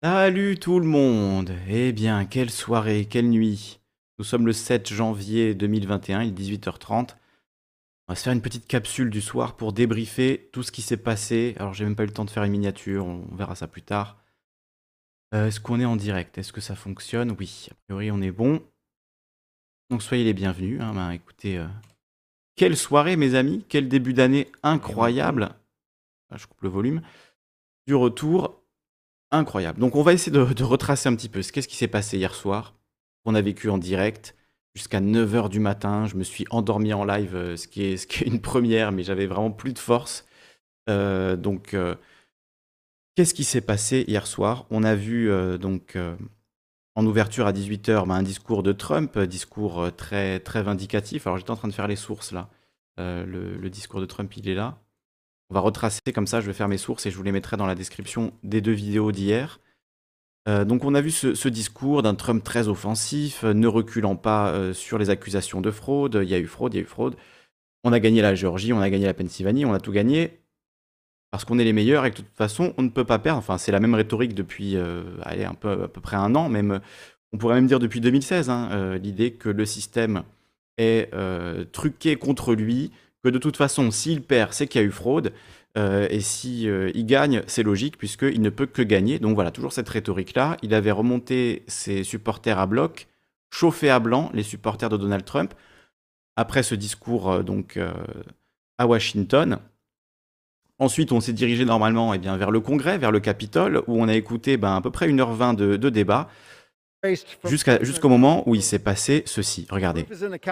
Salut tout le monde! Eh bien, quelle soirée, quelle nuit! Nous sommes le 7 janvier 2021, il est 18h30. On va se faire une petite capsule du soir pour débriefer tout ce qui s'est passé. Alors, j'ai même pas eu le temps de faire une miniature, on verra ça plus tard. Est-ce qu'on est en direct? Est-ce que ça fonctionne? Oui, a priori on est bon. Donc soyez les bienvenus, hein. Ben, écoutez, quelle soirée mes amis, quel début d'année incroyable. Ah, je coupe le volume. Du retour. Incroyable. Donc on va essayer de retracer un petit peu qu'est-ce qui s'est passé hier soir. On a vécu en direct jusqu'à 9 h du matin. Je me suis endormi en live, ce qui est une première, mais j'avais vraiment plus de force. Donc qu'est-ce qui s'est passé hier soir? On a vu en ouverture à 18 h un discours de Trump, discours très, très vindicatif. Alors j'étais en train de faire les sources là. Le discours de Trump, il est là. On va retracer comme ça, je vais faire mes sources et je vous les mettrai dans la description des deux vidéos d'hier. Donc on a vu ce discours d'un Trump très offensif, ne reculant pas sur les accusations de fraude. Il y a eu fraude, il y a eu fraude. On a gagné la Géorgie, on a gagné la Pennsylvanie, on a tout gagné parce qu'on est les meilleurs et que de toute façon on ne peut pas perdre. Enfin c'est la même rhétorique depuis allez, à peu près un an, même, on pourrait même dire depuis 2016, hein, l'idée que le système est truqué contre lui, que de toute façon s'il perd c'est qu'il y a eu fraude. Et si il gagne, c'est logique puisqu'il ne peut que gagner. Donc voilà, toujours cette rhétorique-là. Il avait remonté ses supporters à bloc, chauffé à blanc les supporters de Donald Trump. Après ce discours à Washington, ensuite on s'est dirigé normalement vers le Congrès, vers le Capitole, où on a écouté à peu près 1 h 20 de débat, jusqu'au moment où il s'est passé ceci. Regardez.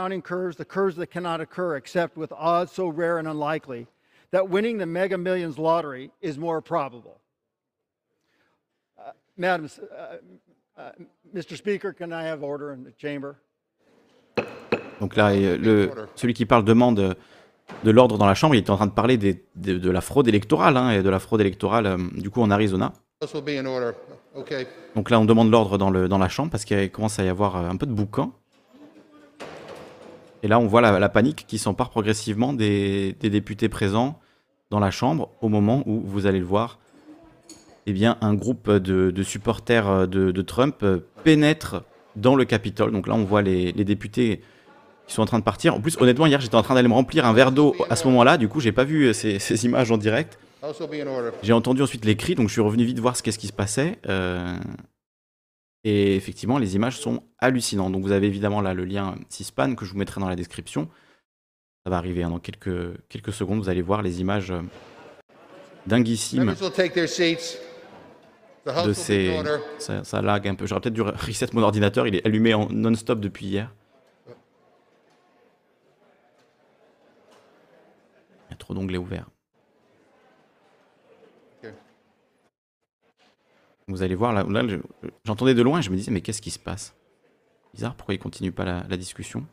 That winning the Mega Millions lottery is more probable. Mr. Speaker, can I have order in the chamber? Donc là, celui qui parle demande de l'ordre dans la chambre. Il était en train de parler de la fraude électorale, hein, et de la fraude électorale du coup en Arizona. Okay. Donc là, on demande l'ordre dans la chambre parce qu'il commence à y avoir un peu de boucan. Et là, on voit la panique qui s'empare progressivement des députés présents dans la chambre au moment où, vous allez le voir, eh bien, un groupe de supporters de Trump pénètre dans le Capitole. Donc là, on voit les députés qui sont en train de partir. En plus, honnêtement, hier, j'étais en train d'aller me remplir un verre d'eau à ce moment-là. Du coup, j'ai pas vu ces images en direct. J'ai entendu ensuite les cris, donc je suis revenu vite voir qu'est-ce qui se passait. Et effectivement, les images sont hallucinantes. Donc vous avez évidemment là le lien C-SPAN que je vous mettrai dans la description. Ça va arriver dans quelques secondes. Vous allez voir les images dinguissimes de ces... Ça lag un peu. J'aurais peut-être dû reset mon ordinateur. Il est allumé en non-stop depuis hier. Il y a trop d'onglets ouverts. Vous allez voir, là j'entendais de loin et je me disais, mais qu'est-ce qui se passe? Bizarre, pourquoi il continue pas la discussion?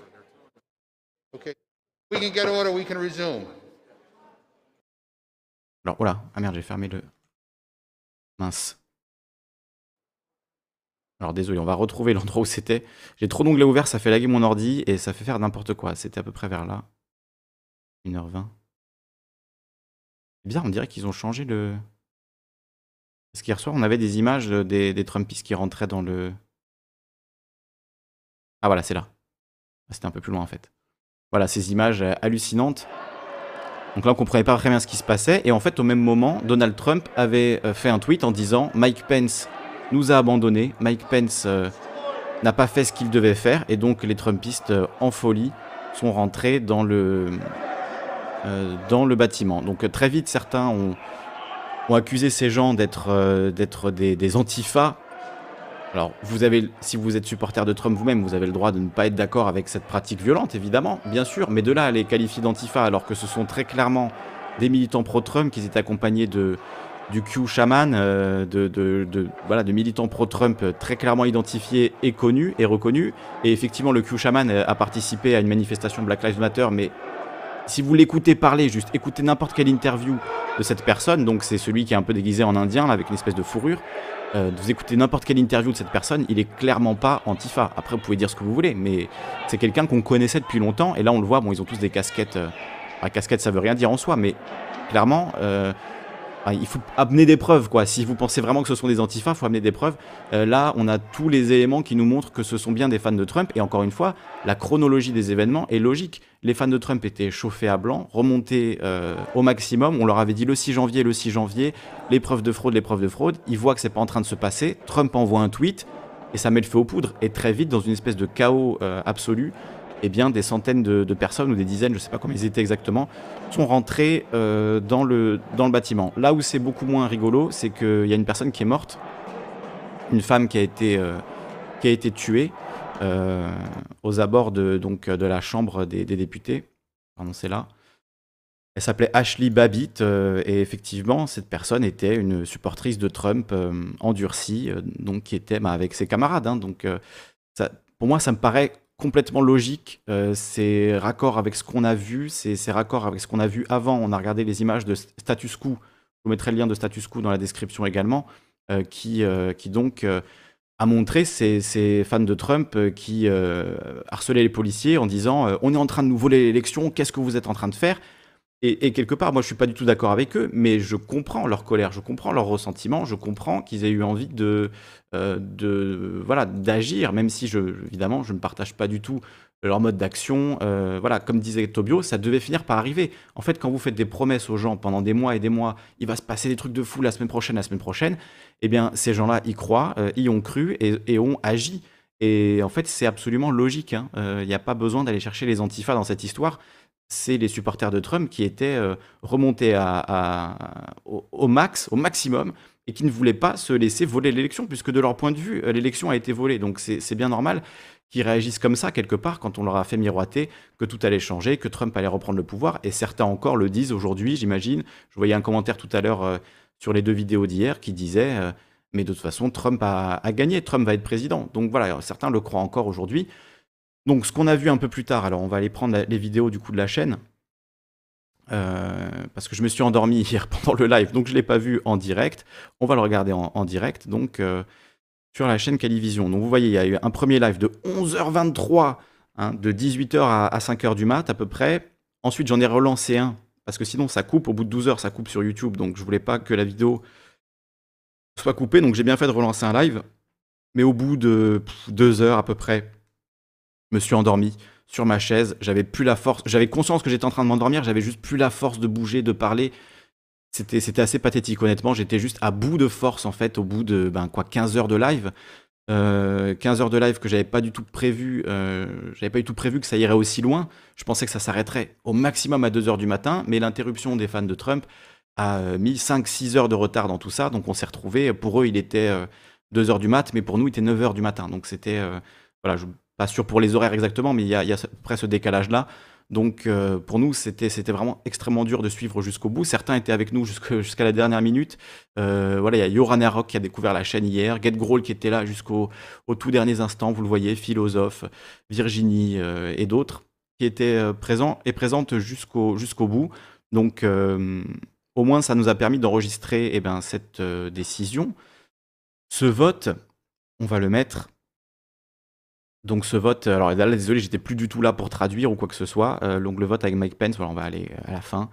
Alors, voilà, ah merde, j'ai fermé le... Mince. Alors désolé, on va retrouver l'endroit où c'était. J'ai trop d'onglets ouverts, ça fait laguer mon ordi et ça fait faire n'importe quoi. C'était à peu près vers là. 1 h 20. C'est bizarre, on dirait qu'ils ont changé le... Parce qu'hier soir, on avait des images des Trumpistes qui rentraient dans le... Ah voilà, c'est là. C'était un peu plus loin en fait. Voilà, ces images hallucinantes. Donc là, on comprenait pas très bien ce qui se passait. Et en fait, au même moment, Donald Trump avait fait un tweet en disant « Mike Pence nous a abandonnés. Mike Pence n'a pas fait ce qu'il devait faire. » Et donc, les Trumpistes, en folie, sont rentrés dans le bâtiment. Donc très vite, certains ont accusé ces gens d'être des antifas. Alors, si vous êtes supporter de Trump vous-même, vous avez le droit de ne pas être d'accord avec cette pratique violente, évidemment, bien sûr. Mais de là à les qualifier d'antifa, alors que ce sont très clairement des militants pro-Trump qui étaient accompagnés du Q Shaman, de militants pro-Trump très clairement identifiés et connus et reconnus. Et effectivement, le Q Shaman a participé à une manifestation Black Lives Matter, mais si vous l'écoutez parler, juste écoutez n'importe quelle interview de cette personne, donc c'est celui qui est un peu déguisé en indien, là, avec une espèce de fourrure, vous écoutez n'importe quelle interview de cette personne, il est clairement pas antifa. Après, vous pouvez dire ce que vous voulez, mais c'est quelqu'un qu'on connaissait depuis longtemps, et là on le voit, bon, ils ont tous des casquettes. La casquette, ça veut rien dire en soi, mais clairement, il faut amener des preuves, quoi. Si vous pensez vraiment que ce sont des antifas, il faut amener des preuves. Là, on a tous les éléments qui nous montrent que ce sont bien des fans de Trump. Et encore une fois, la chronologie des événements est logique. Les fans de Trump étaient chauffés à blanc, remontés au maximum. On leur avait dit le 6 janvier, les preuves de fraude, les preuves de fraude. Ils voient que c'est pas en train de se passer. Trump envoie un tweet et ça met le feu aux poudres. Et très vite, dans une espèce de chaos absolu, eh bien, des centaines de personnes ou des dizaines, je ne sais pas combien ils étaient exactement, sont rentrés dans le bâtiment. Là où c'est beaucoup moins rigolo, c'est qu'il y a une personne qui est morte, une femme qui a été tuée aux abords de la Chambre des députés. Pardon, c'est là. Elle s'appelait Ashley Babbitt et effectivement, cette personne était une supportrice de Trump endurcie, donc qui était avec ses camarades. Hein, donc, pour moi, ça me paraît complètement logique, c'est raccord avec ce qu'on a vu, c'est raccord avec ce qu'on a vu avant. On a regardé les images de Status Quo, je vous mettrai le lien de Status Quo dans la description également, qui donc a montré ces fans de Trump qui harcelaient les policiers en disant on est en train de nous voler l'élection, qu'est-ce que vous êtes en train de faire ? Et quelque part, moi je suis pas du tout d'accord avec eux, mais je comprends leur colère, je comprends leur ressentiment, je comprends qu'ils aient eu envie voilà, d'agir, même si évidemment je ne partage pas du tout leur mode d'action. Voilà, comme disait Tobio, ça devait finir par arriver. En fait, quand vous faites des promesses aux gens pendant des mois et des mois, il va se passer des trucs de fou la semaine prochaine, eh bien ces gens-là y croient, y ont cru et ont agi. Et en fait, c'est absolument logique, hein. Il n'y a pas besoin d'aller chercher les antifas dans cette histoire. C'est les supporters de Trump qui étaient remontés au maximum, et qui ne voulaient pas se laisser voler l'élection, puisque de leur point de vue, l'élection a été volée. Donc c'est bien normal qu'ils réagissent comme ça, quelque part, quand on leur a fait miroiter que tout allait changer, que Trump allait reprendre le pouvoir. Et certains encore le disent aujourd'hui, j'imagine. Je voyais un commentaire tout à l'heure sur les 2 vidéos d'hier qui disait mais de toute façon, Trump a gagné, Trump va être président. Donc voilà, certains le croient encore aujourd'hui. Donc ce qu'on a vu un peu plus tard, alors on va aller prendre les vidéos du coup de la chaîne, parce que je me suis endormi hier pendant le live, donc je ne l'ai pas vu en direct. On va le regarder en direct, donc sur la chaîne Calivision. Donc vous voyez, il y a eu un premier live de 11h23, hein, de 18h à 5h du mat à peu près. Ensuite j'en ai relancé un, parce que sinon ça coupe, au bout de 12 heures ça coupe sur YouTube, donc je voulais pas que la vidéo soit coupée, donc j'ai bien fait de relancer un live. Mais au bout de 2 heures à peu près, je me suis endormi sur ma chaise, j'avais plus la force, j'avais conscience que j'étais en train de m'endormir, j'avais juste plus la force de bouger, de parler. C'était assez pathétique, honnêtement, j'étais juste à bout de force en fait, au bout de 15 heures de live. 15 heures de live que j'avais pas du tout prévu, que ça irait aussi loin. Je pensais que ça s'arrêterait au maximum à 2 heures du matin, mais l'interruption des fans de Trump a mis 5-6 heures de retard dans tout ça, donc on s'est retrouvés, pour eux il était 2 heures du mat, mais pour nous il était 9 heures du matin, donc c'était, voilà, je pas sûr pour les horaires exactement, mais il y a à peu près ce décalage-là. Donc pour nous, c'était vraiment extrêmement dur de suivre jusqu'au bout. Certains étaient avec nous jusqu'à la dernière minute. Voilà, il y a Yoran Arok qui a découvert la chaîne hier, Get Grohl qui était là jusqu'au tout derniers instants, vous le voyez, Philosophe, Virginie et d'autres qui étaient présents et présentes jusqu'au bout. Donc au moins, ça nous a permis d'enregistrer cette décision. Ce vote, on va le mettre. Donc ce vote, alors là, désolé, j'étais plus du tout là pour traduire ou quoi que ce soit. Donc le vote avec Mike Pence, voilà, on va aller à la fin.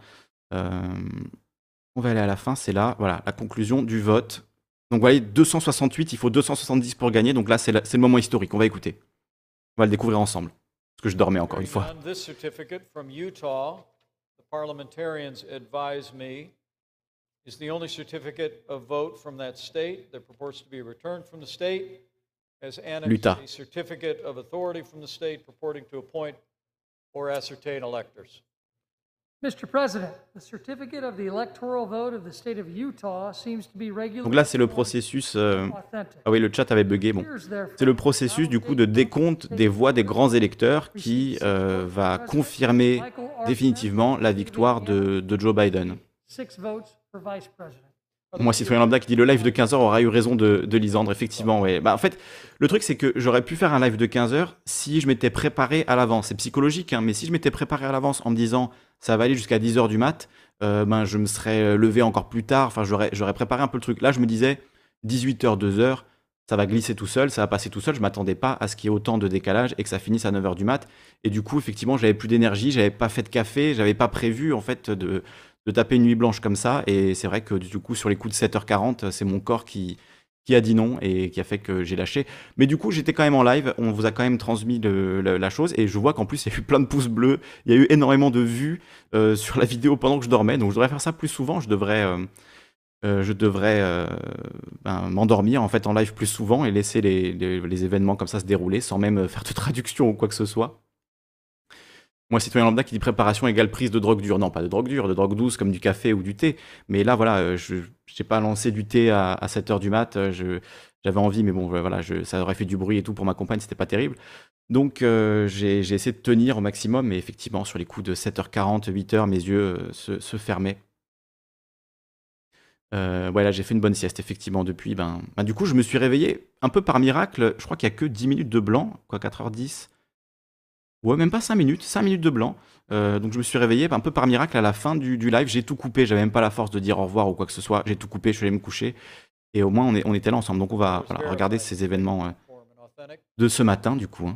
On va aller à la fin, c'est là, voilà, la conclusion du vote. Donc vous voyez, 268, il faut 270 pour gagner. Donc là, c'est le moment historique. On va écouter. On va le découvrir ensemble. Parce que je dormais encore une fois. This certificate from Utah, the parliamentarians advise me, is the only certificate of vote from that state that purports to be returned from the state. As annexed a certificate of authority from the state purporting to appoint or ascertain electors. Mr. President, the certificate of the electoral vote of the state of Utah seems to be regular. Donc là, c'est le processus. Ah oui, le chat avait bugué. Bon, c'est le processus du coup de décompte des voix des grands électeurs qui va confirmer définitivement la victoire de Joe Biden. 6 votes for vice president. Moi, citoyen lambda qui dit le live de 15h aura eu raison de Lisandre, effectivement. Ouais. Bah, en fait, le truc, c'est que j'aurais pu faire un live de 15h si je m'étais préparé à l'avance. C'est psychologique, hein, mais si je m'étais préparé à l'avance en me disant ça va aller jusqu'à 10h du mat, je me serais levé encore plus tard. Enfin, j'aurais préparé un peu le truc. Là, je me disais 18h, 2h, ça va glisser tout seul, ça va passer tout seul. Je m'attendais pas à ce qu'il y ait autant de décalage et que ça finisse à 9h du mat. Et du coup, effectivement, j'avais plus d'énergie, j'avais pas fait de café, j'avais pas prévu en fait de taper une nuit blanche comme ça. Et c'est vrai que du coup, sur les coups de 7h40, c'est mon corps qui a dit non et qui a fait que j'ai lâché. Mais du coup, j'étais quand même en live, on vous a quand même transmis la chose, et je vois qu'en plus, il y a eu plein de pouces bleus, il y a eu énormément de vues sur la vidéo pendant que je dormais, donc je devrais faire ça plus souvent, je devrais m'endormir en fait en live plus souvent et laisser les événements comme ça se dérouler sans même faire de traduction ou quoi que ce soit. Moi, citoyen lambda qui dit préparation égale prise de drogue dure. Non, pas de drogue dure, de drogue douce comme du café ou du thé. Mais là, voilà, je n'ai pas lancé du thé à 7h du mat. J'avais envie, mais bon, voilà, ça aurait fait du bruit et tout pour ma compagne, c'était pas terrible. Donc, j'ai essayé de tenir au maximum. Mais effectivement, sur les coups de 7h40, 8h, mes yeux se fermaient. Ouais, là, j'ai fait une bonne sieste, effectivement, depuis. Du coup, je me suis réveillé un peu par miracle. Je crois qu'il y a que 10 minutes de blanc, quoi, 4h10. Ouais, même pas 5 minutes, 5 minutes de blanc. Donc je me suis réveillé un peu par miracle à la fin du live. J'ai tout coupé, j'avais même pas la force de dire au revoir ou quoi que ce soit. J'ai tout coupé, je suis allé me coucher. Et au moins, on était là ensemble. Donc on va regarder ces événements de ce matin, du coup. Hein.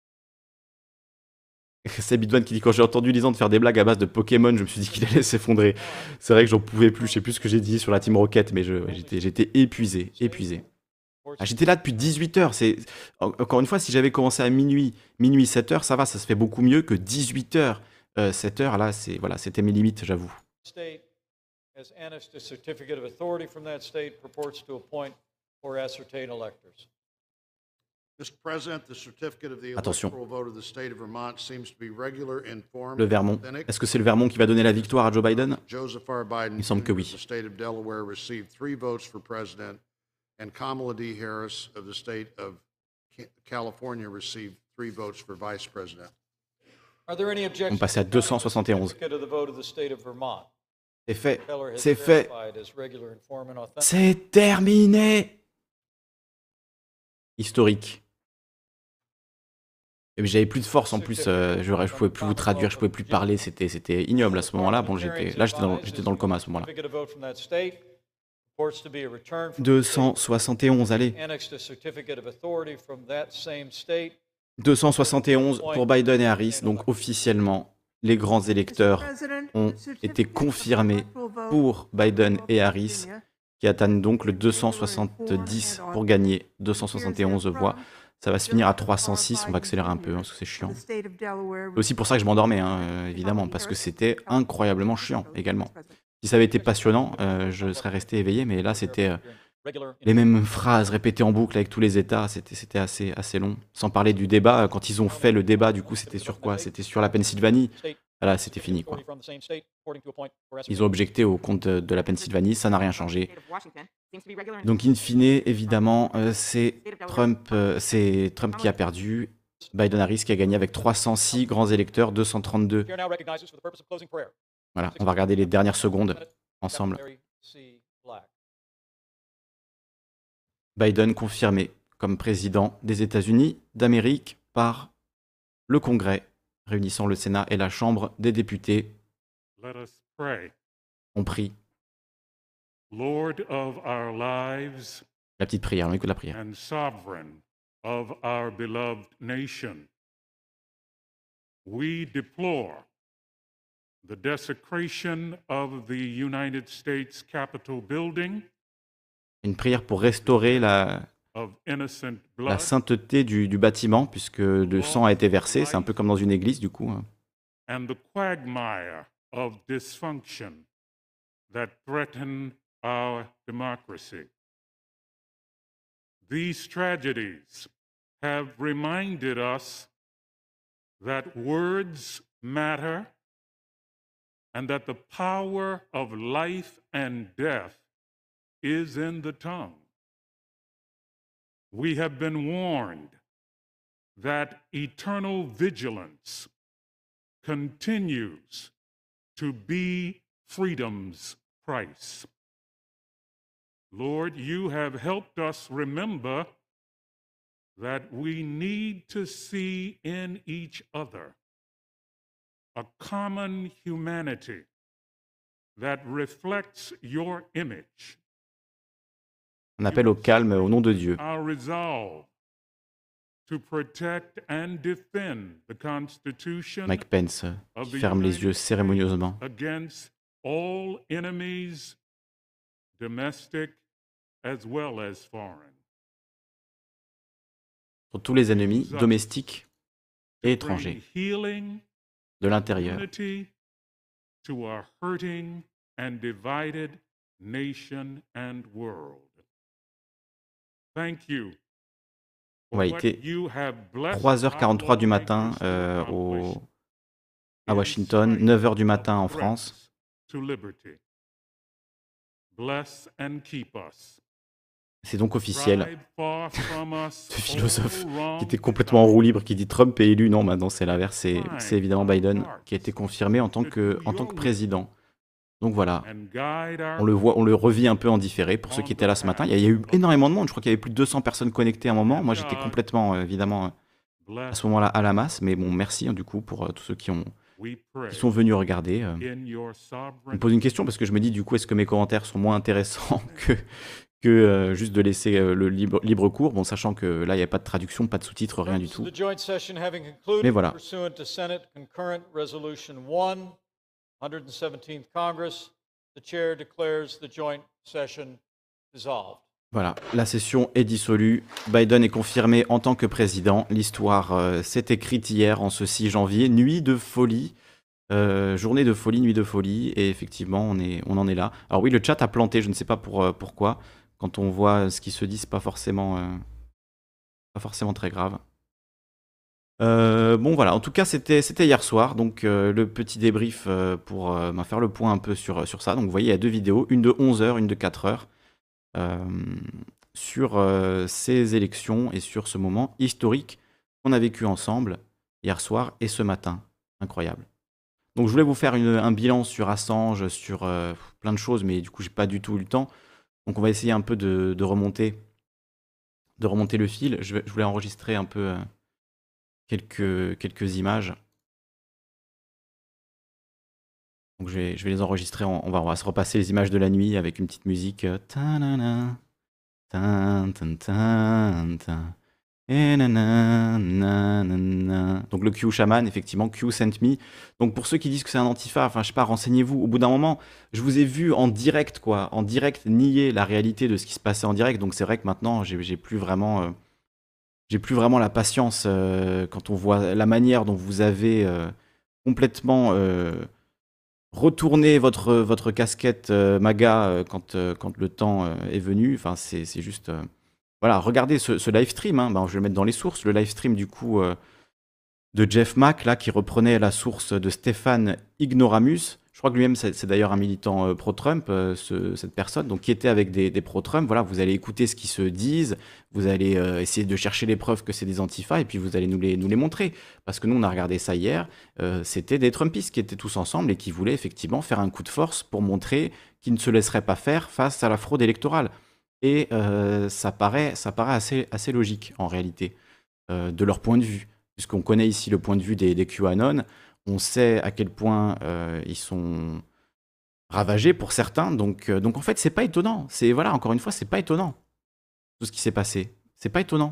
C'est Bidouane qui dit quand j'ai entendu Lisande faire des blagues à base de Pokémon, je me suis dit qu'il allait s'effondrer. C'est vrai que j'en pouvais plus. Je sais plus ce que j'ai dit sur la Team Rocket, mais j'étais épuisé. Ah, j'étais là depuis 18h. Encore une fois, si j'avais commencé à minuit 7h, ça va, ça se fait beaucoup mieux que 18h. 7h, là, voilà, c'était mes limites, j'avoue. State has annexed a certificate of authority from that state purports to appoint or ascertain electors. Mr. President, the certificate of the Attention. electoral vote of the state of Vermont seems to be regular in form Le and Vermont. authentic. Est-ce que c'est le Vermont qui va donner la victoire à Joe Biden? Joseph R. Biden, Il me semble que Jr. oui. of the state of Delaware received 3 votes for president, and Kamala D. Harris of the state of California received 3 votes for vice president. Are there any objections? On passait à to the 271. certificate of the vote of the state of Vermont? C'est fait. Keller has C'est fait. verified as regular in form and authentic. C'est terminé. Historique. Et j'avais plus de force en plus, je pouvais plus vous traduire, je pouvais plus parler, c'était ignoble à ce moment-là. Bon, j'étais dans le coma à ce moment-là. Certificate of vote from that state purports to be a return from the state. 271, allez. Annexed a certificate of authority from that same state. 271 pour Biden et Harris, donc officiellement, les grands électeurs ont été confirmés pour Biden et Harris, qui atteignent donc le 270 pour gagner 271 voix. Ça va se finir à 306, on va accélérer un peu, hein, parce que c'est chiant. C'est aussi pour ça que je m'endormais, hein, évidemment, parce que c'était incroyablement chiant également. Si ça avait été passionnant, je serais resté éveillé, mais là c'était les mêmes phrases répétées en boucle avec tous les États, c'était assez long. Sans parler du débat, quand ils ont fait le débat, du coup c'était sur quoi? C'était sur la Pennsylvanie. Là, c'était fini, quoi. Ils ont objecté au compte de la Pennsylvanie, ça n'a rien changé. Donc, in fine, évidemment, c'est Trump qui a perdu, Biden-Harris qui a gagné avec 306 grands électeurs, 232. Voilà, on va regarder les dernières secondes ensemble. Biden confirmé comme président des États-Unis d'Amérique par le Congrès, réunissant le Sénat et la Chambre des députés. On prie. Lord of our lives, la petite prière, on écoute la prière. And sovereign of our beloved nation, we deplore the desecration of the United States Capitol building. Une prière pour restaurer la sainteté du bâtiment, puisque le sang a été versé, c'est un peu comme dans une église du coup. And the quagmire of dysfunction that threaten our democracy. These tragedies have reminded us that words matter and that the power of life and death is in the tongue. We have been warned that eternal vigilance continues to be freedom's price. Lord, you have helped us remember that we need to see in each other a common humanity that reflects your image. Un appel au calme au nom de Dieu. Our resolve to protect and defend the Constitution Mike Pence qui ferme les yeux cérémonieusement. against all enemies, domestic as well as foreign. Pour tous les ennemis, domestiques et Bring étrangers, healing, de l'intérieur. unity to a hurting and divided nation and world. Thank you. Ouais, il What était you have blessed 3h43 du our matin lawmakers to accomplish à in Washington, spite 9h du of matin en France. threats to liberty. Bless and keep us. C'est donc officiel. Drive far from us Ce philosophe all wrong qui était complètement en roue libre, qui dit Trump est élu. Non, maintenant c'est l'inverse. C'est Right. évidemment Biden qui a été confirmé en tant que président. Donc voilà, and guide our on le voit, on le revit un peu en différé pour ceux qui étaient là ce matin. Il y a eu énormément de monde. Je crois qu'il y avait plus de 200 personnes connectées à un moment. Moi, j'étais complètement, évidemment, à bless, ce moment-là à la masse. Mais bon, merci du coup pour tous ceux qui we pray, sont venus regarder. in your Je sovereign me pose une question parce que je me dis du coup, est-ce que mes commentaires sont moins intéressants que juste de laisser le libre cours, bon, sachant que là, il n'y a pas de traduction, pas de sous-titres, rien du Purpose tout. of the joint session having concluded, Mais voilà. pursuant to Senate Concurrent Resolution 1, 117th Congress, the chair declares the joint session dissolved. Voilà, la session est dissolue. Biden est confirmé en tant que président. L'histoire s'est écrite hier, en ce 6 janvier. Nuit de folie. Journée de folie, nuit de folie. Et effectivement, on en est là. Alors oui, le chat a planté, je ne sais pas pourquoi. Quand on voit ce qui se dit, c'est pas forcément très grave. Bon voilà, en tout cas c'était hier soir, donc le petit débrief pour faire le point un peu sur ça. Donc vous voyez, il y a deux vidéos, une de 11h, une de 4h, sur ces élections et sur ce moment historique qu'on a vécu ensemble hier soir et ce matin. Incroyable. Donc je voulais vous faire un bilan sur Assange, sur plein de choses, mais du coup j'ai pas du tout eu le temps. Donc on va essayer un peu de remonter le fil. Je voulais enregistrer un peu quelques images. Donc je vais les enregistrer. On va se repasser les images de la nuit avec une petite musique. Ta-na-na, tan-tan-tan-tan, et nanana. Donc le Q Shaman, effectivement, Q sent me. Donc pour ceux qui disent que c'est un antifa, enfin je sais pas, renseignez-vous. Au bout d'un moment, je vous ai vu en direct, nier la réalité de ce qui se passait en direct. Donc c'est vrai que maintenant, j'ai plus vraiment la patience quand on voit la manière dont vous avez complètement retourné votre casquette MAGA quand le temps est venu. Enfin, c'est juste... Voilà, regardez ce live stream, hein. Ben, je vais le mettre dans les sources, le live stream du coup de Jeff Mack, là, qui reprenait la source de Stéphane Ignoramus. Je crois que lui-même, c'est d'ailleurs un militant pro-Trump, cette personne, donc qui était avec des pro-Trump. Voilà, vous allez écouter ce qu'ils se disent, vous allez essayer de chercher les preuves que c'est des antifas, et puis vous allez nous les montrer. Parce que nous, on a regardé ça hier, c'était des Trumpistes qui étaient tous ensemble et qui voulaient effectivement faire un coup de force pour montrer qu'ils ne se laisseraient pas faire face à la fraude électorale. Et ça paraît assez logique, en réalité, de leur point de vue. Puisqu'on connaît ici le point de vue des QAnon, on sait à quel point ils sont ravagés pour certains. Donc en fait, c'est pas étonnant. Voilà, encore une fois, c'est pas étonnant, tout ce qui s'est passé. C'est pas étonnant.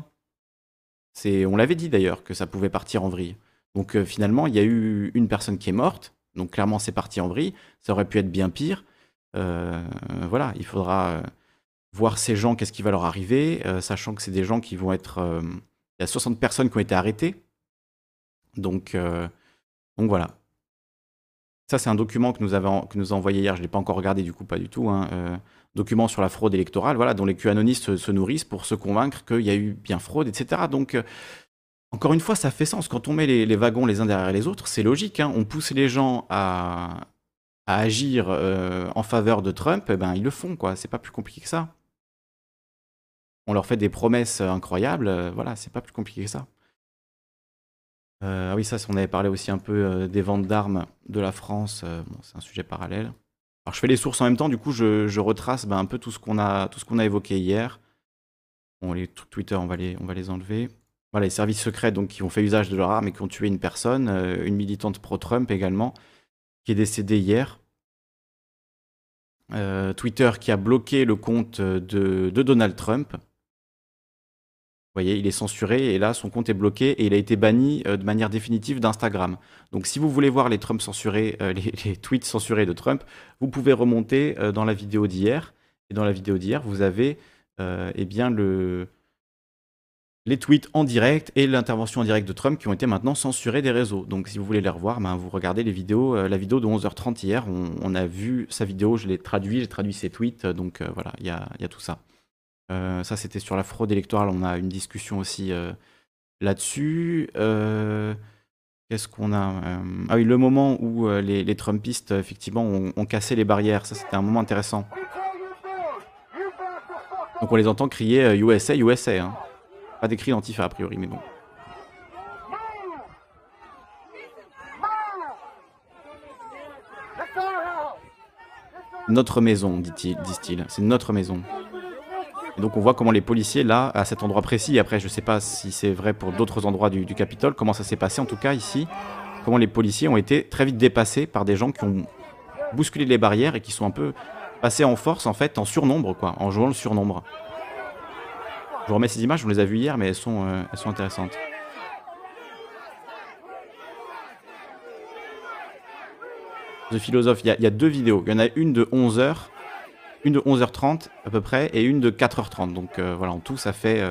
On l'avait dit d'ailleurs, que ça pouvait partir en vrille. Donc finalement, il y a eu une personne qui est morte. Donc clairement, c'est parti en vrille. Ça aurait pu être bien pire. Voilà, il faudra... voir ces gens, qu'est-ce qui va leur arriver, sachant que c'est des gens qui vont être... il y a 60 personnes qui ont été arrêtées. Donc voilà. Ça, c'est un document que nous a envoyé hier. Je ne l'ai pas encore regardé, du coup, pas du tout. Hein. Document sur la fraude électorale, voilà, dont les QAnonistes se nourrissent pour se convaincre qu'il y a eu bien fraude, etc. Donc, encore une fois, ça fait sens. Quand on met les wagons les uns derrière les autres, c'est logique. Hein. On pousse les gens à agir en faveur de Trump, eh ben, ils le font, quoi. C'est pas plus compliqué que ça. On leur fait des promesses incroyables, voilà, c'est pas plus compliqué que ça. Ah oui, ça, on avait parlé aussi un peu des ventes d'armes de la France. Bon, c'est un sujet parallèle. Alors, je fais les sources en même temps, du coup, je retrace un peu tout ce qu'on a évoqué hier. Bon, les trucs Twitter, on va les enlever. Voilà, les services secrets donc, qui ont fait usage de leur arme et qui ont tué une personne, une militante pro-Trump également, qui est décédée hier. Twitter qui a bloqué le compte de Donald Trump. Vous voyez, il est censuré et là, son compte est bloqué et il a été banni de manière définitive d'Instagram. Donc, si vous voulez voir les Trump censurés, les tweets censurés de Trump, vous pouvez remonter dans la vidéo d'hier. Et dans la vidéo d'hier, vous avez eh bien les tweets en direct et l'intervention en direct de Trump qui ont été maintenant censurés des réseaux. Donc, si vous voulez les revoir, ben, vous regardez les vidéos, la vidéo de 11h30 hier. On a vu sa vidéo, je l'ai traduit, j'ai traduit ses tweets. Donc, voilà, il y a tout ça. Ça, c'était sur la fraude électorale. On a une discussion aussi là-dessus. Qu'est-ce qu'on a Ah oui, le moment où les Trumpistes, effectivement, ont cassé les barrières. Ça, c'était un moment intéressant. Donc, on les entend crier USA, USA. Hein. Pas des cris d'Antifa, a priori, mais bon. Notre maison, disent-ils. C'est notre maison. Et donc on voit comment les policiers, là, à cet endroit précis, après je sais pas si c'est vrai pour d'autres endroits du Capitole, comment ça s'est passé en tout cas ici, comment les policiers ont été très vite dépassés par des gens qui ont bousculé les barrières et qui sont un peu passés en force, en fait, en surnombre, quoi, en jouant le surnombre. Je vous remets ces images, on les a vues hier, mais elles sont intéressantes. The Philosophe, il y a 2 vidéos. Il y en a une de 11h, une de 11h30 à peu près, et une de 4h30. Donc voilà, en tout, ça fait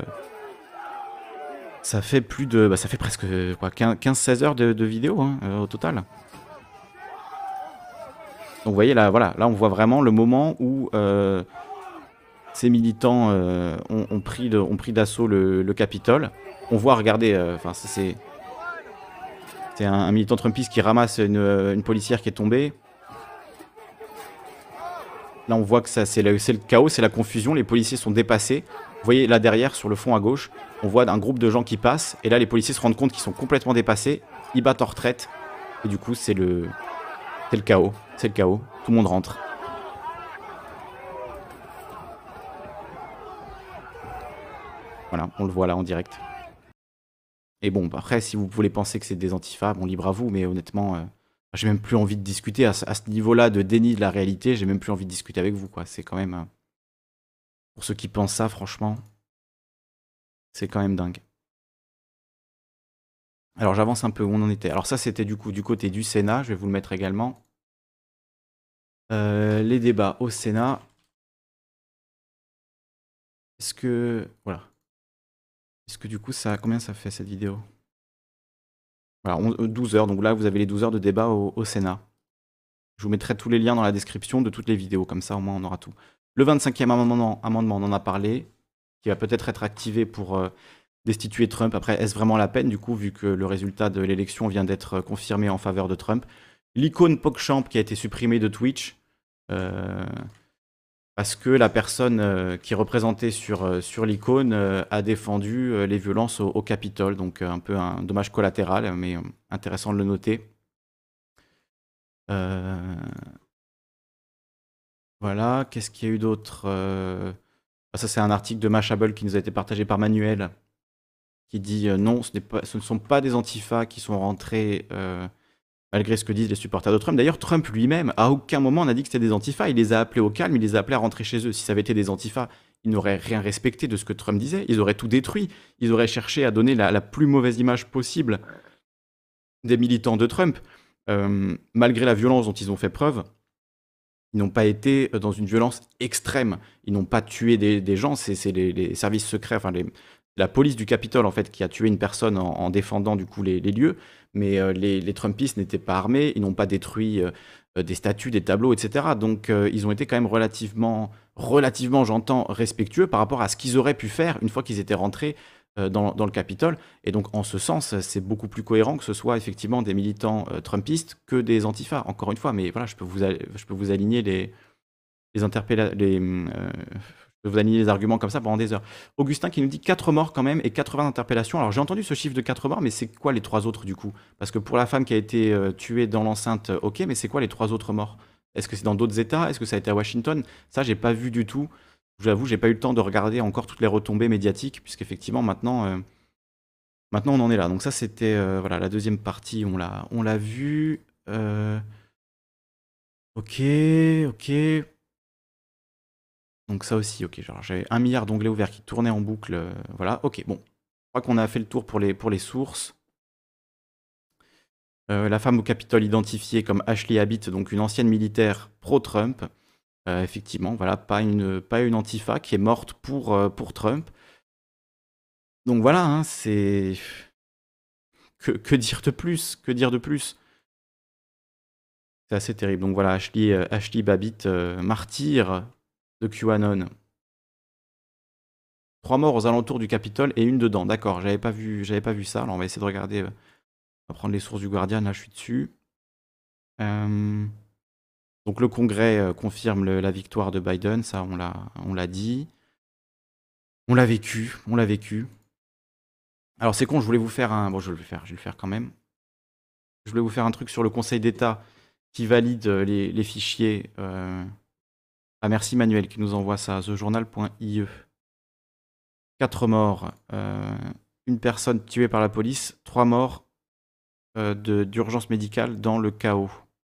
plus de... ça fait presque 15-16 heures de vidéo hein, au total. Donc vous voyez, là, voilà, là on voit vraiment le moment où... ces militants ont pris d'assaut le Capitole. On voit, regardez, c'est un militant trumpiste qui ramasse une policière qui est tombée. Là, on voit que c'est le chaos, c'est la confusion. Les policiers sont dépassés. Vous voyez, là derrière, sur le fond à gauche, on voit un groupe de gens qui passent. Et là, les policiers se rendent compte qu'ils sont complètement dépassés. Ils battent en retraite. Et du coup, c'est le chaos. C'est le chaos. Tout le monde rentre. Voilà, on le voit là en direct. Et bon, après, si vous voulez penser que c'est des antifas, bon, libre à vous, mais honnêtement, j'ai même plus envie de discuter à ce niveau-là de déni de la réalité, j'ai même plus envie de discuter avec vous, quoi. C'est quand même... pour ceux qui pensent ça, franchement, c'est quand même dingue. Alors, j'avance un peu où on en était. Alors ça, c'était du coup du côté du Sénat, je vais vous le mettre également. Les débats au Sénat. Est-ce que... Voilà. Est-ce que du coup, combien ça fait cette vidéo? Voilà, 12 heures. Donc là, vous avez les 12 heures de débat au Sénat. Je vous mettrai tous les liens dans la description de toutes les vidéos. Comme ça, au moins, on aura tout. Le 25e amendement, on en a parlé, qui va peut-être être activé pour destituer Trump. Après, est-ce vraiment la peine, du coup, vu que le résultat de l'élection vient d'être confirmé en faveur de Trump? L'icône PogChamp qui a été supprimée de Twitch. Parce que la personne qui est représentée sur l'icône a défendu les violences au Capitole. Donc un peu un dommage collatéral, mais intéressant de le noter. Voilà, qu'est-ce qu'il y a eu d'autre ça, c'est un article de Mashable qui nous a été partagé par Manuel, qui dit non, ce ne sont pas des antifas qui sont rentrés... malgré ce que disent les supporters de Trump. D'ailleurs, Trump lui-même, à aucun moment n'a dit que c'était des antifas. Il les a appelés au calme, il les a appelés à rentrer chez eux. Si ça avait été des antifas, ils n'auraient rien respecté de ce que Trump disait. Ils auraient tout détruit. Ils auraient cherché à donner la plus mauvaise image possible des militants de Trump. Malgré la violence dont ils ont fait preuve, ils n'ont pas été dans une violence extrême. Ils n'ont pas tué des gens. C'est les services secrets, enfin la police du Capitole, en fait, qui a tué une personne en défendant du coup les lieux. Mais les Trumpistes n'étaient pas armés, ils n'ont pas détruit des statues, des tableaux, etc. Donc ils ont été quand même relativement, j'entends, respectueux par rapport à ce qu'ils auraient pu faire une fois qu'ils étaient rentrés dans le Capitole. Et donc en ce sens, c'est beaucoup plus cohérent que ce soit effectivement des militants Trumpistes que des antifas, encore une fois. Mais voilà, je peux vous aligner je peux vous aligner les arguments comme ça pendant des heures. Augustin qui nous dit 4 morts quand même et 80 interpellations. Alors j'ai entendu ce chiffre de 4 morts, mais c'est quoi les 3 autres du coup? Parce que pour la femme qui a été tuée dans l'enceinte, ok, mais c'est quoi les 3 autres morts? Est-ce que c'est dans d'autres États? Est-ce que ça a été à Washington? Ça, j'ai pas vu du tout. J'avoue, j'ai pas eu le temps de regarder encore toutes les retombées médiatiques, puisqu'effectivement, maintenant, on en est là. Donc ça, c'était voilà, la deuxième partie, on l'a vu. Ok. Donc ça aussi, ok, genre j'avais 1 milliard d'onglets ouverts qui tournaient en boucle, voilà, ok, bon. crois qu'on a fait le tour pour les sources. La femme au Capitole identifiée comme Ashley Abbott, donc une ancienne militaire pro-Trump. Effectivement, voilà, pas une Antifa qui est morte pour Trump. Donc voilà, hein, c'est... Que dire de plus? Que dire de plus? C'est assez terrible. Donc voilà, Ashley Babbitt, martyr de QAnon. 3 morts aux alentours du Capitole et une dedans. D'accord, j'avais pas vu ça. Alors on va essayer de regarder. On va prendre les sources du Guardian. Là, je suis dessus. Donc le Congrès confirme la victoire de Biden. Ça, on l'a dit. On l'a vécu. Alors c'est con, je voulais vous faire un... Bon, je vais le faire quand même. Je voulais vous faire un truc sur le Conseil d'État qui valide les fichiers. Ah, merci Manuel qui nous envoie ça, thejournal.ie. 4 morts, une personne tuée par la police, 3 morts d'urgence médicale dans le chaos.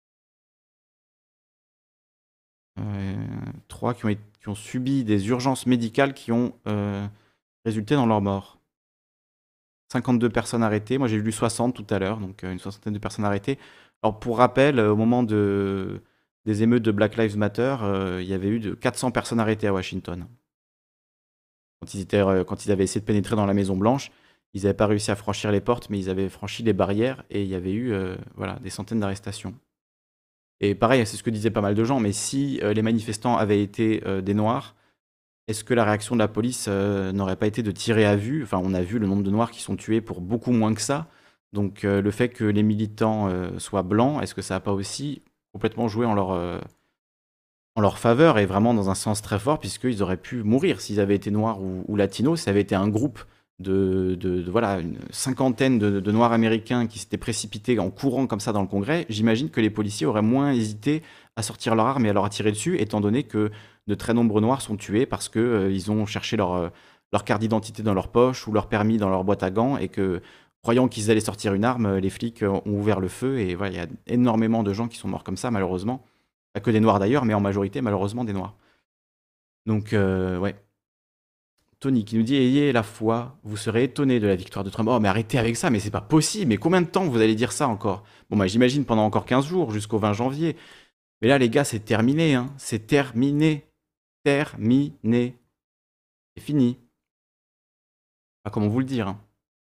3 qui ont subi des urgences médicales qui ont résulté dans leur mort. 52 personnes arrêtées. Moi, j'ai lu 60 tout à l'heure, donc une soixantaine de personnes arrêtées. Alors, pour rappel, au moment des émeutes de Black Lives Matter, il y avait eu 400 personnes arrêtées à Washington. Quand ils avaient essayé de pénétrer dans la Maison-Blanche, ils n'avaient pas réussi à franchir les portes, mais ils avaient franchi les barrières et il y avait eu voilà, des centaines d'arrestations. Et pareil, c'est ce que disaient pas mal de gens, mais si les manifestants avaient été des Noirs, est-ce que la réaction de la police n'aurait pas été de tirer à vue? Enfin, on a vu le nombre de Noirs qui sont tués pour beaucoup moins que ça. Donc le fait que les militants soient blancs, est-ce que ça n'a pas aussi complètement joué en leur faveur et vraiment dans un sens très fort, puisqu'ils auraient pu mourir s'ils avaient été noirs ou latinos? Ça avait été un groupe voilà, une cinquantaine de Noirs américains qui s'étaient précipités en courant comme ça dans le Congrès. J'imagine que les policiers auraient moins hésité à sortir leur arme et à leur tirer dessus, étant donné que de très nombreux Noirs sont tués parce qu'ils ont cherché leur carte d'identité dans leur poche ou leur permis dans leur boîte à gants et que, croyant qu'ils allaient sortir une arme, les flics ont ouvert le feu. Et voilà, il y a énormément de gens qui sont morts comme ça, malheureusement. Pas que des Noirs d'ailleurs, mais en majorité, malheureusement, des Noirs. Donc, ouais. Tony qui nous dit: ayez la foi, vous serez étonné de la victoire de Trump. Oh, mais arrêtez avec ça, mais c'est pas possible. Mais combien de temps vous allez dire ça encore? Bon, bah, j'imagine pendant encore 15 jours, jusqu'au 20 janvier. Mais là, les gars, c'est terminé, hein. C'est terminé. Terminé. C'est fini. Pas comment vous le dire, hein.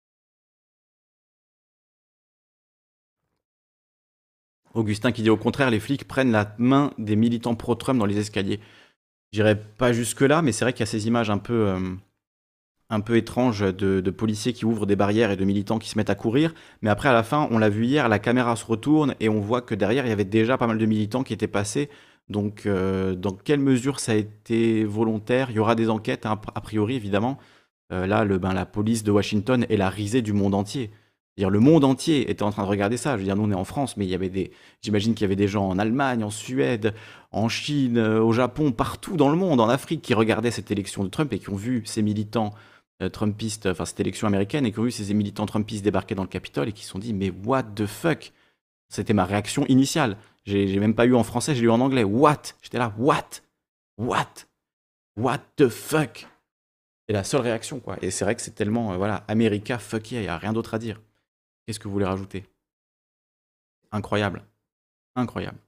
Augustin qui dit au contraire, les flics prennent la main des militants pro-Trump dans les escaliers. J'irai pas jusque-là, mais c'est vrai qu'il y a ces images un peu étranges de policiers qui ouvrent des barrières et de militants qui se mettent à courir. Mais après, à la fin, on l'a vu hier, la caméra se retourne et on voit que derrière, il y avait déjà pas mal de militants qui étaient passés. Donc, dans quelle mesure ça a été volontaire? Il y aura des enquêtes, hein, a priori, évidemment. Là, la police de Washington est la risée du monde entier. C'est-à-dire, le monde entier était en train de regarder ça. Je veux dire, nous, on est en France, mais j'imagine qu'il y avait des gens en Allemagne, en Suède, en Chine, au Japon, partout dans le monde, en Afrique, qui regardaient cette élection de Trump et qui ont vu ces militants trumpistes, enfin cette élection américaine, et qui ont vu ces militants trumpistes débarquer dans le Capitole et qui se sont dit, mais what the fuck? C'était ma réaction initiale. J'ai même pas eu en français, j'ai eu en anglais. What? J'étais là, what? What? What the fuck? C'est la seule réaction, quoi. Et c'est vrai que c'est tellement, voilà, America, fuck yeah, il n'y a rien d'autre à dire. Qu'est-ce que vous voulez rajouter? Incroyable. Incroyable.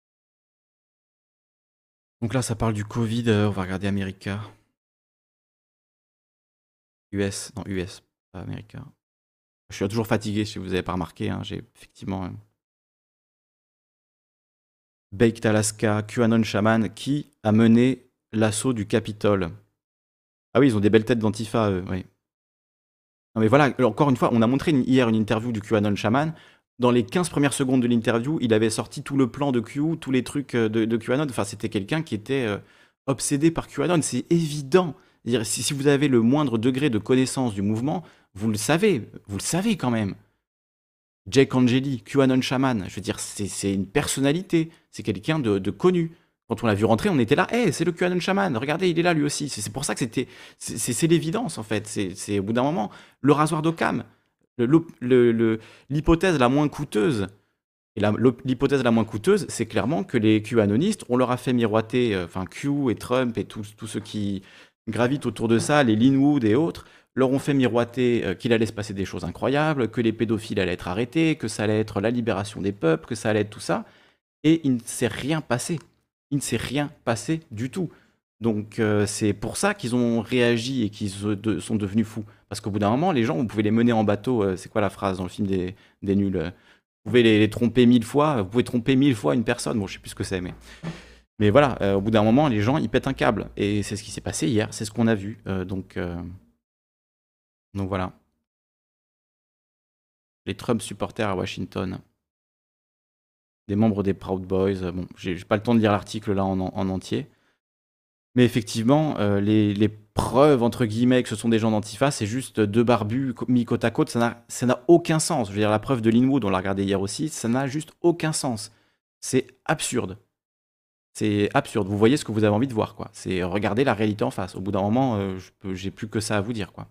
Donc là, ça parle du Covid. On va regarder America. US. Non, US, pas America. Je suis toujours fatigué, si vous n'avez pas remarqué. Hein, j'ai effectivement... Baked Alaska, QAnon Shaman, qui a mené l'assaut du Capitole. Ah oui, ils ont des belles têtes d'Antifa, eux, oui. Non mais voilà, encore une fois, on a montré hier une interview du QAnon Shaman. Dans les 15 premières secondes de l'interview, il avait sorti tout le plan de Q, tous les trucs de QAnon. Enfin, c'était quelqu'un qui était obsédé par QAnon. C'est évident. C'est-à-dire, si vous avez le moindre degré de connaissance du mouvement, vous le savez quand même. Jake Angeli, QAnon Shaman, je veux dire, c'est une personnalité. C'est quelqu'un de connu. Quand on l'a vu rentrer, on était là, hey, c'est le QAnon Shaman, regardez, il est là lui aussi. C'est pour ça que c'est l'évidence en fait. C'est au bout d'un moment, le rasoir d'Occam, l'hypothèse la moins coûteuse. Et l'hypothèse la moins coûteuse, c'est clairement que les QAnonistes, on leur a fait miroiter, enfin Q et Trump et tous ceux qui gravitent autour de ça, les Linwood et autres, leur ont fait miroiter qu'il allait se passer des choses incroyables, que les pédophiles allaient être arrêtés, que ça allait être la libération des peuples, que ça allait être tout ça. Et il ne s'est rien passé. Il ne s'est rien passé du tout. Donc c'est pour ça qu'ils ont réagi et qu'ils sont devenus fous. Parce qu'au bout d'un moment, les gens, vous pouvez les mener en bateau. C'est quoi la phrase dans le film des nuls vous pouvez les tromper 1000 fois. Vous pouvez tromper 1000 fois une personne. Bon, je sais plus ce que c'est, mais voilà. Au bout d'un moment, les gens, ils pètent un câble. Et c'est ce qui s'est passé hier. C'est ce qu'on a vu. Donc voilà. Les Trump supporters à Washington. Des membres des Proud Boys. Bon, j'ai pas le temps de lire l'article là en entier. Mais effectivement, les preuves, entre guillemets, que ce sont des gens d'Antifa, c'est juste deux barbus mis côte à côte. Ça n'a aucun sens. Je veux dire, la preuve de Linwood, on l'a regardé hier aussi, ça n'a juste aucun sens. C'est absurde. C'est absurde. Vous voyez ce que vous avez envie de voir, quoi. C'est regarder la réalité en face. Au bout d'un moment, j'ai plus que ça à vous dire, quoi.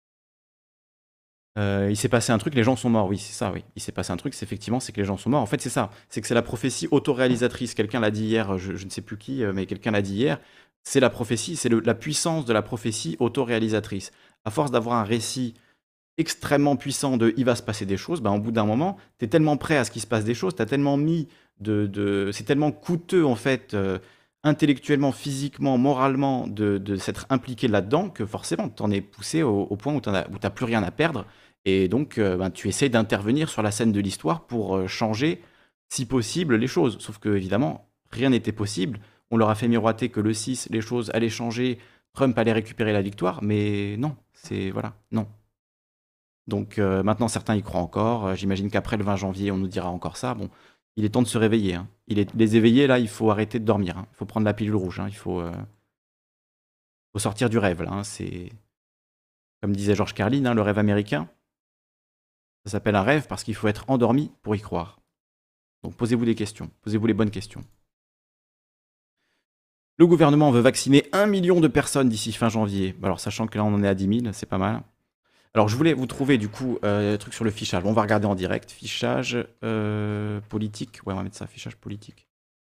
Il s'est passé un truc, les gens sont morts. Oui, c'est ça, oui. Il s'est passé un truc, c'est effectivement, c'est que les gens sont morts. En fait, c'est ça. C'est que c'est la prophétie autoréalisatrice. Quelqu'un l'a dit hier, je ne sais plus qui, mais quelqu'un l'a dit hier. C'est la prophétie, c'est la puissance de la prophétie autoréalisatrice. À force d'avoir un récit extrêmement puissant de il va se passer des choses, ben, au bout d'un moment, tu es tellement prêt à ce qu'il se passe des choses, tu as tellement mis c'est tellement coûteux, en fait, intellectuellement, physiquement, moralement, de s'être impliqué là-dedans, que forcément, tu en es poussé au point où tu n'as plus rien à perdre. Et donc, ben, tu essayes d'intervenir sur la scène de l'histoire pour changer, si possible, les choses. Sauf que, évidemment, rien n'était possible. On leur a fait miroiter que le 6, les choses allaient changer, Trump allait récupérer la victoire, mais non, voilà, non. Donc maintenant, certains y croient encore. J'imagine qu'après le 20 janvier, on nous dira encore ça. Bon, il est temps de se réveiller. Hein. Les éveillés, là, il faut arrêter de dormir. Hein. Il faut prendre la pilule rouge. Hein. Il faut sortir du rêve. Là, hein. C'est comme disait George Carlin, hein, le rêve américain. Ça s'appelle un rêve parce qu'il faut être endormi pour y croire. Donc posez-vous des questions. Posez-vous les bonnes questions. Le gouvernement veut vacciner 1 million de personnes d'ici fin janvier. Alors, sachant que là, on en est à 10 000, c'est pas mal. Alors, je voulais vous trouver, du coup, un truc sur le fichage. On va regarder en direct. Fichage politique. Ouais, on va mettre ça, fichage politique.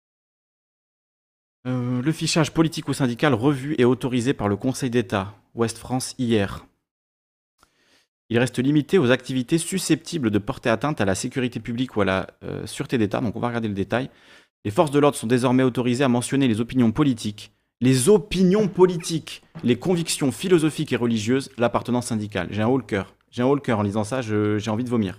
Le fichage politique ou syndical revu et autorisé par le Conseil d'État. Ouest France, hier. Il reste limité aux activités susceptibles de porter atteinte à la sécurité publique ou à la sûreté d'État. Donc, on va regarder le détail. Les forces de l'ordre sont désormais autorisées à mentionner les opinions politiques, les convictions philosophiques et religieuses, l'appartenance syndicale. J'ai un haut le cœur. J'ai un haut le cœur en lisant ça, j'ai envie de vomir.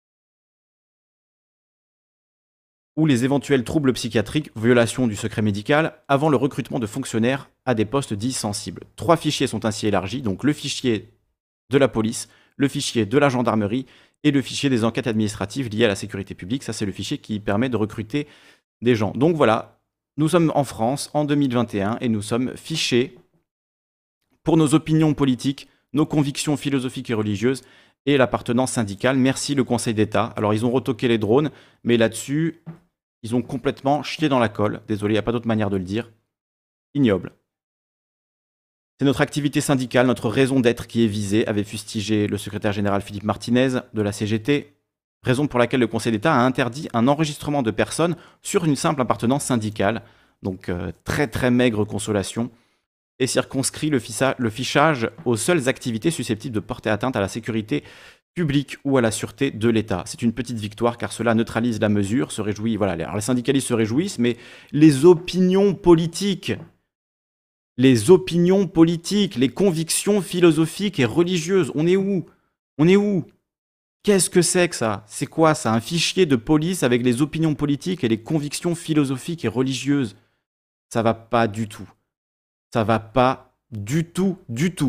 Ou les éventuels troubles psychiatriques, violation du secret médical, avant le recrutement de fonctionnaires à des postes dits sensibles. 3 fichiers sont ainsi élargis, donc le fichier de la police, le fichier de la gendarmerie et le fichier des enquêtes administratives liées à la sécurité publique. Ça, c'est le fichier qui permet de recruter des gens. Donc voilà, nous sommes en France en 2021 et nous sommes fichés pour nos opinions politiques, nos convictions philosophiques et religieuses et l'appartenance syndicale. Merci le Conseil d'État. Alors ils ont retoqué les drones, mais là-dessus, ils ont complètement chié dans la colle. Désolé, il n'y a pas d'autre manière de le dire. Ignoble. C'est notre activité syndicale, notre raison d'être qui est visée, avait fustigé le secrétaire général Philippe Martinez de la CGT. Raison pour laquelle le Conseil d'État a interdit un enregistrement de personnes sur une simple appartenance syndicale, donc très très maigre consolation, et circonscrit le fichage aux seules activités susceptibles de porter atteinte à la sécurité publique ou à la sûreté de l'État. C'est une petite victoire car cela neutralise la mesure, se réjouit, voilà, alors les syndicalistes se réjouissent, mais les opinions politiques, les convictions philosophiques et religieuses, on est où? On est où? Qu'est-ce que c'est que ça? C'est quoi ça? Un fichier de police avec les opinions politiques et les convictions philosophiques et religieuses? Ça va pas du tout. Ça va pas du tout, du tout.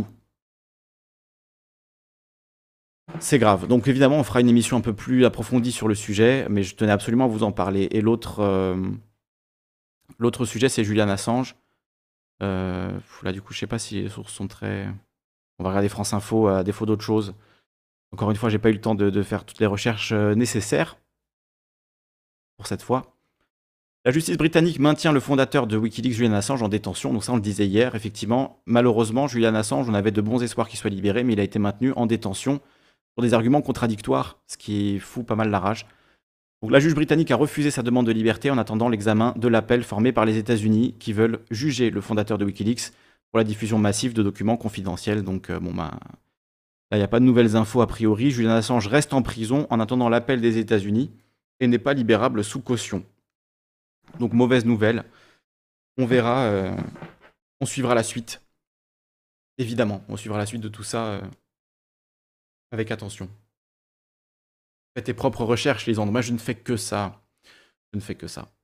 C'est grave. Donc évidemment, on fera une émission un peu plus approfondie sur le sujet, mais je tenais absolument à vous en parler. Et l'autre sujet, c'est Julian Assange. Là, du coup, je sais pas si les sources sont très... On va regarder France Info à défaut d'autre chose. Encore une fois, j'ai pas eu le temps de faire toutes les recherches nécessaires pour cette fois. La justice britannique maintient le fondateur de Wikileaks, Julian Assange, en détention. Donc ça, on le disait hier. Effectivement, malheureusement, Julian Assange, on avait de bons espoirs qu'il soit libéré, mais il a été maintenu en détention pour des arguments contradictoires, ce qui fout pas mal la rage. Donc la juge britannique a refusé sa demande de liberté en attendant l'examen de l'appel formé par les États-Unis qui veulent juger le fondateur de Wikileaks pour la diffusion massive de documents confidentiels. Donc, là, il n'y a pas de nouvelles infos a priori. Julian Assange reste en prison en attendant l'appel des États-Unis et n'est pas libérable sous caution. Donc, mauvaise nouvelle. On verra, on suivra la suite. Évidemment, on suivra la suite de tout ça avec attention. Faites tes propres recherches, Lisandre. Moi, je ne fais que ça. Je ne fais que ça.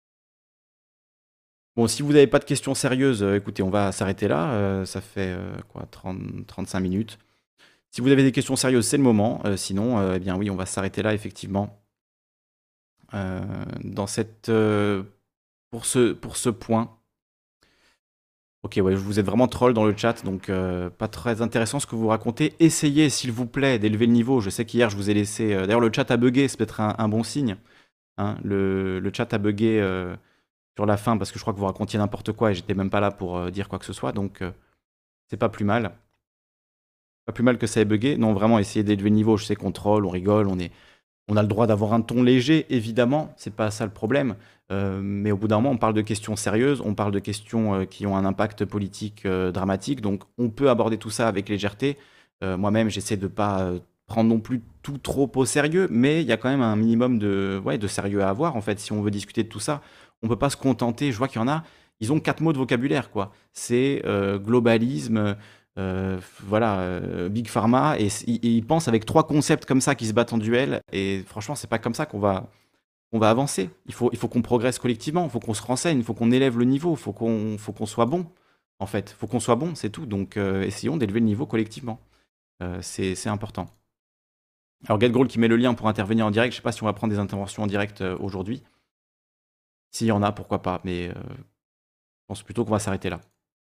Bon, si vous n'avez pas de questions sérieuses, écoutez, on va s'arrêter là. Ça fait 35 minutes. Si vous avez des questions sérieuses, c'est le moment. Sinon, eh bien oui, on va s'arrêter là, effectivement. Dans cette, pour ce point. Ok, ouais, vous êtes vraiment troll dans le chat, donc pas très intéressant ce que vous racontez. Essayez, s'il vous plaît, d'élever le niveau. Je sais qu'hier, je vous ai laissé... D'ailleurs, le chat a bugué, c'est peut-être un bon signe. Hein. Le chat a bugué sur la fin, parce que je crois que vous racontiez n'importe quoi, et j'étais même pas là pour dire quoi que ce soit, donc c'est pas plus mal. Pas plus mal que ça ait bugué. Non, vraiment, essayez d'élever le niveau. Je sais qu'on troll, on rigole, on a le droit d'avoir un ton léger, évidemment, c'est pas ça le problème. Mais au bout d'un moment, on parle de questions sérieuses, on parle de questions qui ont un impact politique dramatique, donc on peut aborder tout ça avec légèreté. Moi-même, j'essaie de pas prendre non plus tout trop au sérieux, mais il y a quand même un minimum de sérieux à avoir, en fait, si on veut discuter de tout ça. On peut pas se contenter, je vois qu'il y en a, ils ont 4 mots de vocabulaire, quoi. C'est globalisme, Big Pharma, et ils pensent avec 3 concepts comme ça qui se battent en duel, et franchement, c'est pas comme ça qu'on va avancer. Il faut qu'on progresse collectivement, il faut qu'on se renseigne, il faut qu'on élève le niveau, il faut qu'on soit bon, en fait. Il faut qu'on soit bon, c'est tout. Donc, essayons d'élever le niveau collectivement. C'est important. Alors, GetGroll qui met le lien pour intervenir en direct. Je ne sais pas si on va prendre des interventions en direct aujourd'hui. S'il y en a, pourquoi pas. Mais je pense plutôt qu'on va s'arrêter là.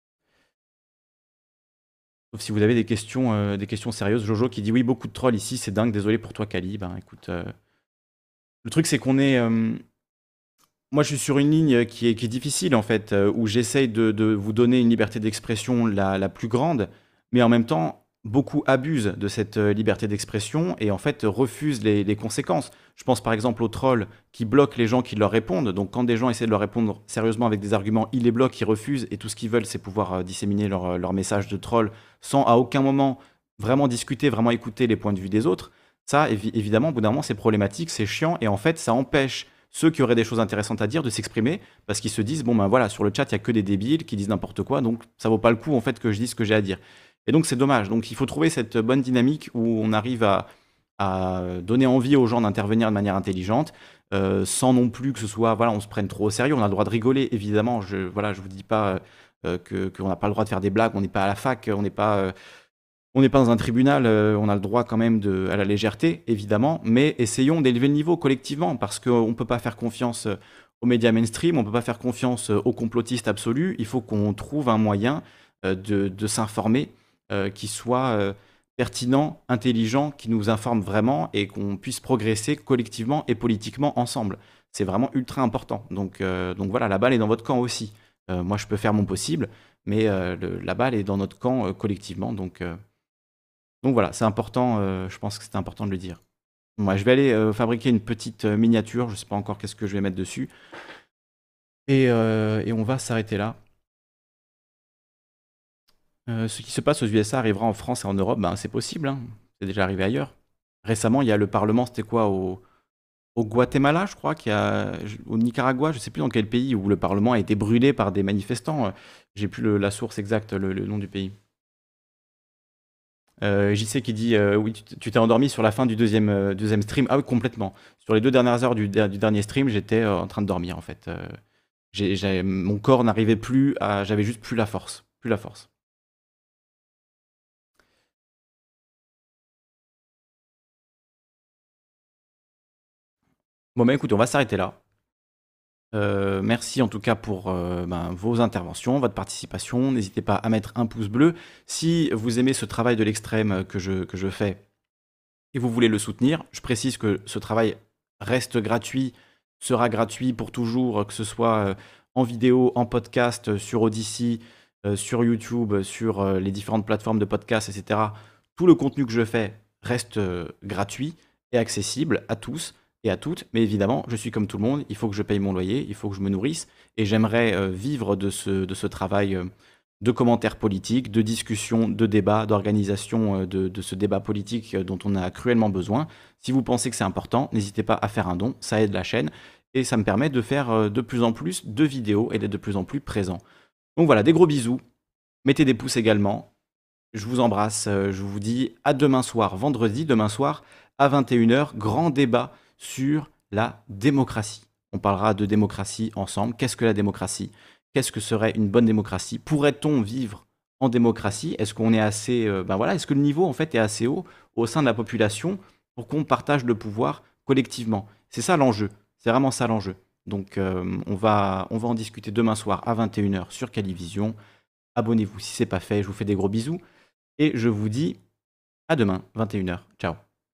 Sauf si vous avez des questions sérieuses. Jojo qui dit oui, beaucoup de trolls ici, c'est dingue, désolé pour toi, Kali. Ben écoute, le truc c'est qu'on est... moi je suis sur une ligne qui est difficile en fait, où j'essaye de vous donner une liberté d'expression la plus grande, mais en même temps, beaucoup abusent de cette liberté d'expression et en fait refusent les conséquences. Je pense par exemple aux trolls qui bloquent les gens qui leur répondent. Donc quand des gens essaient de leur répondre sérieusement avec des arguments, ils les bloquent, ils refusent, et tout ce qu'ils veulent c'est pouvoir disséminer leur message de troll sans à aucun moment vraiment discuter, vraiment écouter les points de vue des autres. Ça, évidemment, au bout d'un moment, c'est problématique, c'est chiant, et en fait, ça empêche ceux qui auraient des choses intéressantes à dire de s'exprimer, parce qu'ils se disent, bon ben voilà, sur le chat, il n'y a que des débiles qui disent n'importe quoi, donc ça vaut pas le coup, en fait, que je dise ce que j'ai à dire. Et donc, c'est dommage. Donc, il faut trouver cette bonne dynamique où on arrive à donner envie aux gens d'intervenir de manière intelligente, sans non plus que ce soit, voilà, on se prenne trop au sérieux. On a le droit de rigoler, évidemment. Je vous dis pas qu'on n'a pas le droit de faire des blagues, on n'est pas à la fac, on n'est pas dans un tribunal, on a le droit quand même à la légèreté, évidemment, mais essayons d'élever le niveau collectivement, parce qu'on ne peut pas faire confiance aux médias mainstream, on ne peut pas faire confiance aux complotistes absolus, il faut qu'on trouve un moyen de s'informer qui soit pertinent, intelligent, qui nous informe vraiment et qu'on puisse progresser collectivement et politiquement ensemble. C'est vraiment ultra important. Donc voilà, la balle est dans votre camp aussi. Moi, je peux faire mon possible, mais la balle est dans notre camp collectivement, donc voilà, c'est important, je pense que c'est important de le dire. Moi, je vais aller fabriquer une petite miniature, je ne sais pas encore qu'est-ce que je vais mettre dessus. Et on va s'arrêter là. Ce qui se passe aux USA arrivera en France et en Europe, ben, c'est possible, hein. C'est déjà arrivé ailleurs. Récemment, il y a le Parlement, c'était quoi, au Guatemala, je crois, au Nicaragua, je ne sais plus dans quel pays, où le Parlement a été brûlé par des manifestants. J'ai plus la source exacte, le nom du pays. JC qui dit oui, tu t'es endormi sur la fin du deuxième stream. Ah oui, complètement. Sur les 2 dernières heures du dernier stream, j'étais en train de dormir en fait. Mon corps n'arrivait plus à. J'avais juste plus la force. Plus la force. Bon, bah écoutez, on va s'arrêter là. Merci en tout cas pour vos interventions, votre participation. N'hésitez pas à mettre un pouce bleu. Si vous aimez ce travail de l'extrême que je fais et vous voulez le soutenir, je précise que ce travail reste gratuit, sera gratuit pour toujours, que ce soit en vidéo, en podcast, sur Odyssey, sur YouTube, sur les différentes plateformes de podcast, etc. Tout le contenu que je fais reste gratuit et accessible à tous et à toutes, mais évidemment, je suis comme tout le monde, il faut que je paye mon loyer, il faut que je me nourrisse, et j'aimerais vivre de ce travail de commentaires politiques, de discussions, de débats, d'organisation de ce débat politique dont on a cruellement besoin. Si vous pensez que c'est important, n'hésitez pas à faire un don, ça aide la chaîne et ça me permet de faire de plus en plus de vidéos et d'être de plus en plus présent. Donc voilà, des gros bisous, mettez des pouces également, je vous embrasse, je vous dis à demain soir, vendredi, demain soir à 21 h, grand débat sur la démocratie. On parlera de démocratie ensemble, qu'est-ce que la démocratie ? Qu'est-ce que serait une bonne démocratie? Pourrait-on vivre en démocratie? Est-ce qu'on est assez, est-ce que le niveau en fait est assez haut au sein de la population pour qu'on partage le pouvoir collectivement? C'est ça l'enjeu. C'est vraiment ça l'enjeu. Donc on va en discuter demain soir à 21 h sur Calivision. Abonnez-vous si ce n'est pas fait. Je vous fais des gros bisous et je vous dis à demain 21 h. Ciao.